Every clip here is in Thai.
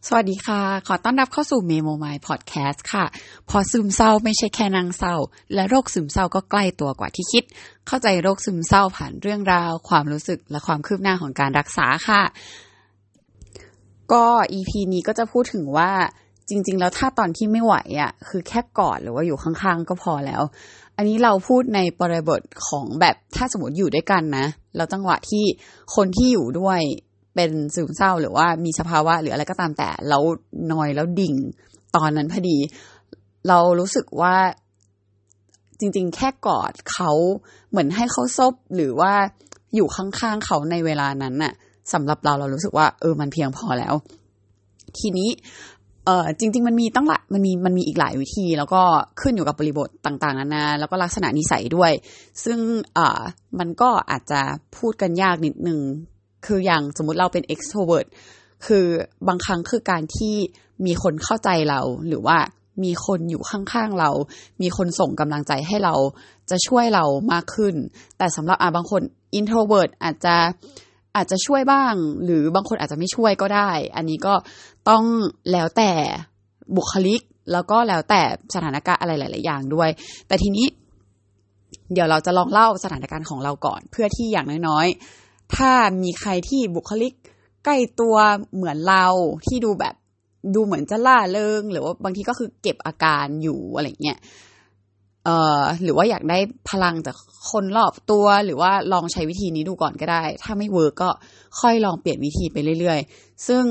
สวัสดีค่ะขอต้อนรับเข้าสู่ Memo My Podcast ค่ะพอซึมเศร้าไม่ใช่แค่นางเศร้าและโรคซึมเศร้าก็ใกล้ตัวกว่าที่คิดเข้าใจโรคซึมเศร้าผ่านเรื่องราวความรู้สึกและความคืบหน้าของการรักษาค่ะก็ EP นี้ก็จะพูดถึงว่าจริงๆแล้วถ้าตอนที่ไม่ไหวอ่ะคือแค่กอดหรือว่าอยู่ข้างๆก็พอแล้วอันนี้เราพูดในบริบทของแบบถ้าสมมติอยู่ด้วยกันนะแล้วจังหวะที่คนที่อยู่ด้วยเป็นซึมเศร้าหรือว่ามีสภาวะหรืออะไรก็ตามแต่แล้วนอยแล้วดิ่งตอนนั้นพอดีเรารู้สึกว่าจริงๆแค่กอดเขาเหมือนให้เขาซบหรือว่าอยู่ข้างๆเขาในเวลานั้นน่ะสำหรับเรารู้สึกว่ามันเพียงพอแล้วทีนี้จริงๆมันมีตั้งหลายมันมีอีกหลายวิธีแล้วก็ขึ้นอยู่กับบริบทต่างๆนานาแล้วก็ลักษณะนิสัยด้วยซึ่งมันก็อาจจะพูดกันยากนิดนึงคืออย่างสมมุติเราเป็น extrovert คือบางครั้งคือการที่มีคนเข้าใจเราหรือว่ามีคนอยู่ข้างๆเรามีคนส่งกำลังใจให้เราจะช่วยเรามากขึ้นแต่สำหรับบางคน introvert อาจจะช่วยบ้างหรือบางคนอาจจะไม่ช่วยก็ได้อันนี้ก็ต้องแล้วแต่บุคลิกแล้วก็แล้วแต่สถานการณ์อะไรหลายๆอย่างด้วยแต่ทีนี้เดี๋ยวเราจะลองเล่าสถานการณ์ของเราก่อนเพื่อที่อย่างน้อยๆถ้ามีใครที่บุคลิกใกล้ตัวเหมือนเราที่ดูเหมือนจะล่าเริงหรือว่าบางทีก็คือเก็บอาการอยู่อะไรเงี้ยหรือว่าอยากได้พลังจากคนรอบตัวหรือว่าลองใช้วิธีนี้ดูก่อนก็ได้ถ้าไม่เวิร์กก็ค่อยลองเปลี่ยนวิธีไปเรื่อยๆซึ่ง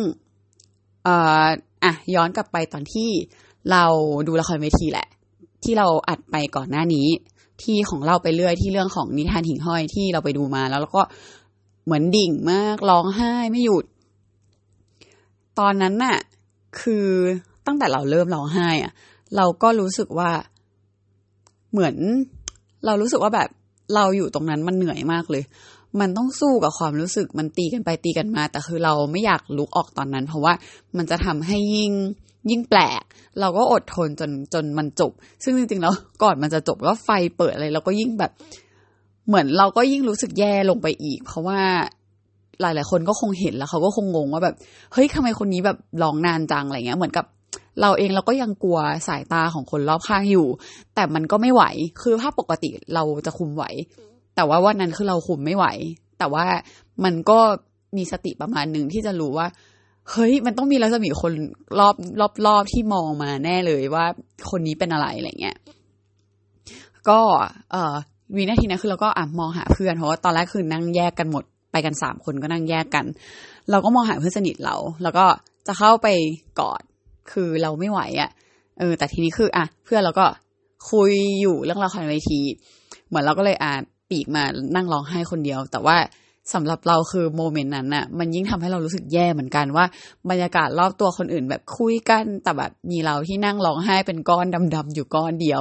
ย้อนกลับไปตอนที่เราดูละครเวทีแหละที่เราอัดไปก่อนหน้านี้ที่ของเราไปเรื่อยที่เรื่องของนิทานหิ่งห้อยที่เราไปดูมาแล้วก็เหมือนดิ่งมากร้องไห้ไม่หยุดตอนนั้นน่ะคือตั้งแต่เราเริ่มร้องไห้อ่ะเราก็รู้สึกว่าเหมือนเรารู้สึกว่าแบบเราอยู่ตรงนั้นมันเหนื่อยมากเลยมันต้องสู้กับความรู้สึกมันตีกันไปตีกันมาแต่คือเราไม่อยากลุกออกตอนนั้นเพราะว่ามันจะทำให้ยิ่งแปลกเราก็อดทนจนมันจบซึ่งจริงๆแล้วก่อนมันจะจบก็ไฟเปิดอะไรเราก็ยิ่งแบบเหมือนเราก็ยิ่งรู้สึกแย่ลงไปอีกเพราะว่าหลายๆคนก็คงเห็นแล้วเขาก็คงงงว่าแบบเฮ้ยทำไมคนนี้แบบร้องนานจังอะไรเงี้ยเหมือนกับเราเองเราก็ยังกลัวสายตาของคนรอบข้างอยู่แต่มันก็ไม่ไหวคือถ้าปกติเราจะคุมไหวแต่ว่าวันนั้นคือเราคุมไม่ไหวแต่ว่ามันก็มีสติประมาณนึงที่จะรู้ว่าเฮ้ยมันต้องมีรัศมีคนรอบที่มองมาแน่เลยว่าคนนี้เป็นอะไรเงี้ยก็วินาทีนั้นคือเราก็มองหาเพื่อนเพราะว่าตอนแรกคือนั่งแยกกันหมดไปกัน3คนก็นั่งแยกกันเราก็มองหาเพื่อนสนิทเราแล้วก็จะเข้าไปกอดคือเราไม่ไหวแต่ทีนี้คือเพื่อนเราก็คุยอยู่เรื่องละครเวทีเหมือนเราก็เลยปีกมานั่งร้องไห้คนเดียวแต่ว่าสำหรับเราคือโมเมนต์นั้นน่ะมันยิ่งทำให้เรารู้สึกแย่เหมือนกันว่าบรรยากาศรอบตัวคนอื่นแบบคุยกันแต่แบบมีเราที่นั่งร้องไห้เป็นก้อนดำๆอยู่ก้อนเดียว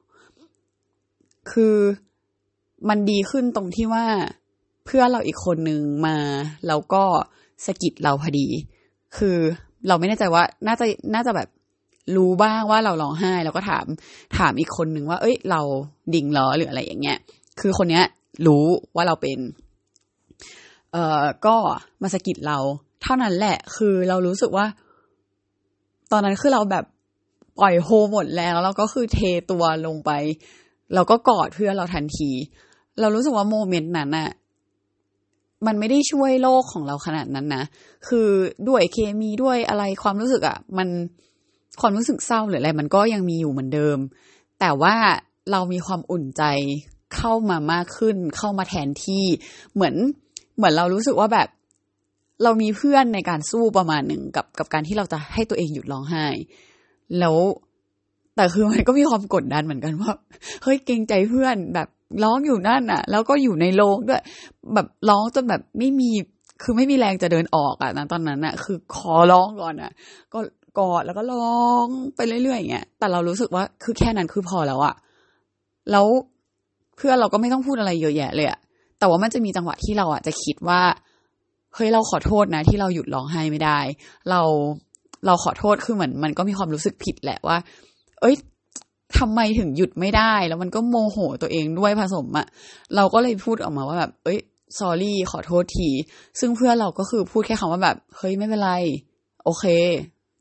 คือมันดีขึ้นตรงที่ว่าเพื่อนเราอีกคนนึงมาแล้วก็สะกิดเราพอดีคือเราไม่แน่ใจว่าน่าจะแบบรู้บ้างว่าเราร้องไห้แล้วก็ถามอีกคนนึงว่าเอ้ยเราดิ่งเหรอหรืออะไรอย่างเงี้ยคือคนเนี้ยรู้ว่าเราเป็นก็มาสะกิดเราเท่านั้นแหละคือเรารู้สึกว่าตอนนั้นคือเราแบบปล่อยโฮหมดแล้วแล้วก็คือเทตัวลงไปเราก็กอดเพื่อนเราทันทีเรารู้สึกว่าโมเมนต์นั้นน่ะมันไม่ได้ช่วยโลกของเราขนาดนั้นนะคือด้วยเคมีด้วยอะไรความรู้สึกมันความรู้สึกเศร้าหรืออะไรมันก็ยังมีอยู่เหมือนเดิมแต่ว่าเรามีความอุ่นใจเข้ามามากขึ้นเข้ามาแทนที่เหมือนเรารู้สึกว่าแบบเรามีเพื่อนในการสู้ประมาณหนึ่งกับการที่เราจะให้ตัวเองหยุดร้องไห้แล้วแต่คือมันก็มีความกดดันเหมือนกันว่าเฮ้ยเกรงใจเพื่อนแบบร้องอยู่นั่นน่ะแล้วก็อยู่ในโรงด้วยแบบร้องจนแบบไม่มีแรงจะเดินออกนะตอนนั้นคือขอร้องก่อนก็กอดแล้วก็ร้องไปเรื่อยๆอย่างเงี้ยแต่เรารู้สึกว่าคือแค่นั้นคือพอแล้วแล้วเพื่อนเราก็ไม่ต้องพูดอะไรเยอะแยะเลยแต่ว่ามันจะมีจังหวะที่เราจะคิดว่าเฮ้ยเราขอโทษนะที่เราหยุดร้องไห้ไม่ได้เราขอโทษคือเหมือนมันก็มีความรู้สึกผิดแหละว่าเอ้ยทำไมถึงหยุดไม่ได้แล้วมันก็โมโหตัวเองด้วยผสมเราก็เลยพูดออกมาว่าแบบเอ้ย sorry ขอโทษทีซึ่งเพื่อนเราก็คือพูดแค่คำว่าแบบเฮ้ยไม่เป็นไรโอเค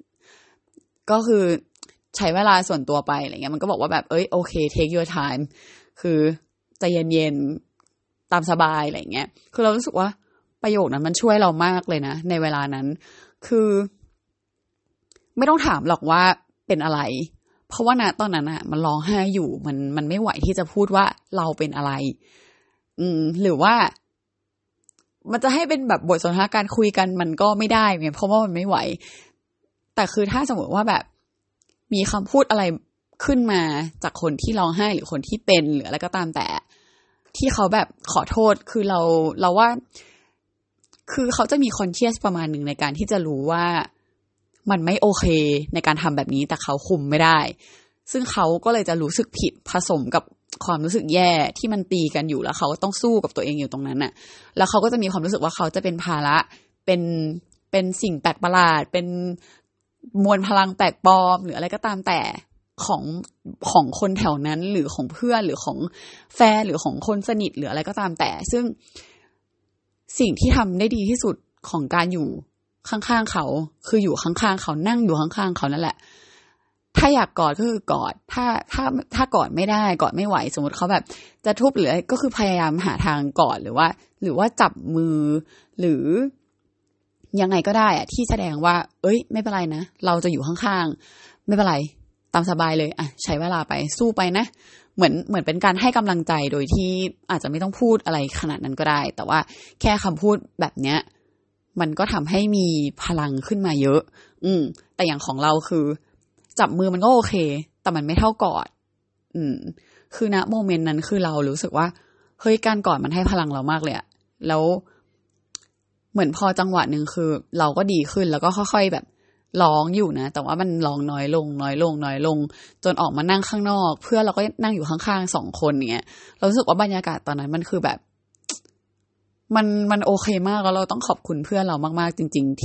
ก็คือใช้เวลาส่วนตัวไปอะไรเงี้ยมันก็บอกว่าแบบโอเค take your time คือใจเย็นๆตามสบายอะไรเงี้ยคือเรารู้สึกว่าประโยคนั้นมันช่วยเรามากเลยนะในเวลานั้นคือไม่ต้องถามหรอกว่าเป็นอะไรเพราะว่าณตอนนั้นมันร้องไห้อยู่มันไม่ไหวที่จะพูดว่าเราเป็นอะไรหรือว่ามันจะให้เป็นแบบบทสนทนาการคุยกันมันก็ไม่ได้ไงเพราะว่ามันไม่ไหวแต่คือถ้าสมมติว่าแบบมีคำพูดอะไรขึ้นมาจากคนที่ร้องไห้หรือคนที่เป็นหรืออะไรก็ตามแต่ที่เขาแบบขอโทษคือเราว่าคือเขาจะมีคอนเชียสประมาณหนึ่งในการที่จะรู้ว่ามันไม่โอเคในการทำแบบนี้แต่เขาคุมไม่ได้ซึ่งเขาก็เลยจะรู้สึกผิดผสมกับความรู้สึกแย่ที่มันตีกันอยู่แล้วเขาก็ต้องสู้กับตัวเองอยู่ตรงนั้นน่ะแล้วเขาก็จะมีความรู้สึกว่าเขาจะเป็นภาระเป็นสิ่งแปลกประหลาดเป็นมวลพลังแปลกปลอมหรืออะไรก็ตามแต่ของคนแถวนั้นหรือของเพื่อนหรือของแฟนหรือของคนสนิทหรืออะไรก็ตามแต่ซึ่งสิ่งที่ทำได้ดีที่สุดของการอยู่ข้างๆเขาคืออยู่ข้างๆเขานั่งอยู่ข้างๆเขานั่นแหละถ้าอยากกอดก็คือกอดถ้ากอดไม่ได้กอดไม่ไหวสมมติเขาแบบจะทุบหรือก็คือพยายามหาทางกอดหรือว่าจับมือหรือยังไงก็ได้อะที่แสดงว่าไม่เป็นไรนะเราจะอยู่ข้างๆไม่เป็นไรตามสบายเลยใช้เวลาไปสู้ไปนะเหมือนเป็นการให้กำลังใจโดยที่อาจจะไม่ต้องพูดอะไรขนาดนั้นก็ได้แต่ว่าแค่คำพูดแบบเนี้ยมันก็ทำให้มีพลังขึ้นมาเยอะแต่อย่างของเราคือจับมือมันก็โอเคแต่มันไม่เท่ากอดคือณโมเมนต์นั้นคือเรารู้สึกว่าเฮ้ยการกอดมันให้พลังเรามากเลยอะแล้วเหมือนพอจังหวะนึงคือเราก็ดีขึ้นแล้วก็ค่อยๆแบบร้องอยู่นะแต่ว่ามันร้องน้อยลงจนออกมานั่งข้างนอกเพื่อนเราก็นั่งอยู่ข้างๆ2คนเงี้ยเรารู้สึกว่าบรรยากาศตอนนั้นมันคือแบบมันโอเคมากแล้วเราต้องขอบคุณเพื่อนเรามากๆจริงๆ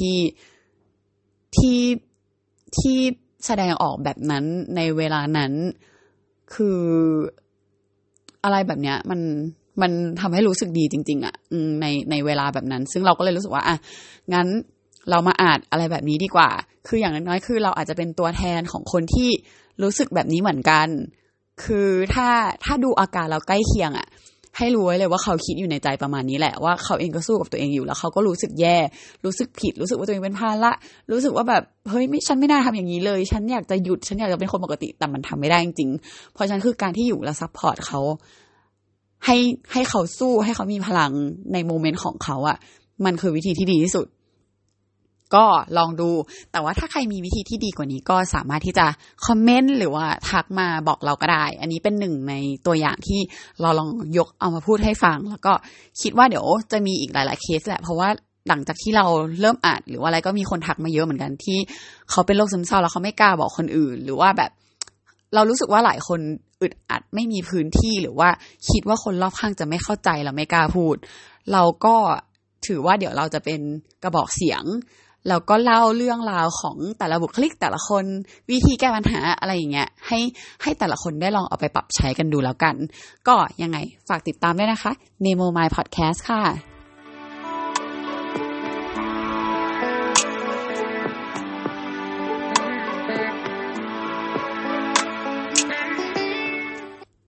ที่แสดงออกแบบนั้นในเวลานั้นคืออะไรแบบเนี้ยมันทำให้รู้สึกดีจริงๆอ่ะในเวลาแบบนั้นซึ่งเราก็เลยรู้สึกว่างั้นเรามาอ่านอะไรแบบนี้ดีกว่าคืออย่างน้อยๆคือเราอาจจะเป็นตัวแทนของคนที่รู้สึกแบบนี้เหมือนกันคือถ้าดูอาการเราใกล้เคียงอ่ะให้รู้ไว้เลยว่าเขาคิดอยู่ในใจประมาณนี้แหละว่าเขาเองก็สู้กับตัวเองอยู่แล้วเขาก็รู้สึกแย่รู้สึกผิดรู้สึกว่าตัวเองเป็นภาระรู้สึกว่าแบบเฮ้ยฉันไม่น่าทำอย่างนี้เลยฉันอยากจะหยุดฉันอยากจะเป็นคนปกติแต่มันทำไม่ได้จริงๆเพราะฉะนั้นคือการที่อยู่และซัพพอร์ตเขาให้เขาสู้ให้เขามีพลังในโมเมนต์ของเขาอ่ะมันคือวิธีที่ดีที่สุดก็ลองดูแต่ว่าถ้าใครมีวิธีที่ดีกว่านี้ก็สามารถที่จะคอมเมนต์หรือว่าทักมาบอกเราก็ได้อันนี้เป็นหนึ่งในตัวอย่างที่เราลองยกเอามาพูดให้ฟังแล้วก็คิดว่าเดี๋ยวจะมีอีกหลายๆเคสแหละเพราะว่าหลังจากที่เราเริ่มอ่านหรือว่าอะไรก็มีคนทักมาเยอะเหมือนกันที่เขาเป็นโรคซึมเศร้าแล้วเขาไม่กล้าบอกคนอื่นหรือว่าแบบเรารู้สึกว่าหลายคนอึดอัดไม่มีพื้นที่หรือว่าคิดว่าคนรอบข้างจะไม่เข้าใจแล้วไม่กล้าพูดเราก็ถือว่าเดี๋ยวเราจะเป็นกระบอกเสียงแล้วก็เล่าเรื่องราวของแต่ละบุคลิกแต่ละคนวิธีแก้ปัญหาอะไรอย่างเงี้ยให้แต่ละคนได้ลองเอาไปปรับใช้กันดูแล้วกันก็ยังไงฝากติดตามด้วยนะคะ Nemo My Podcast ค่ะ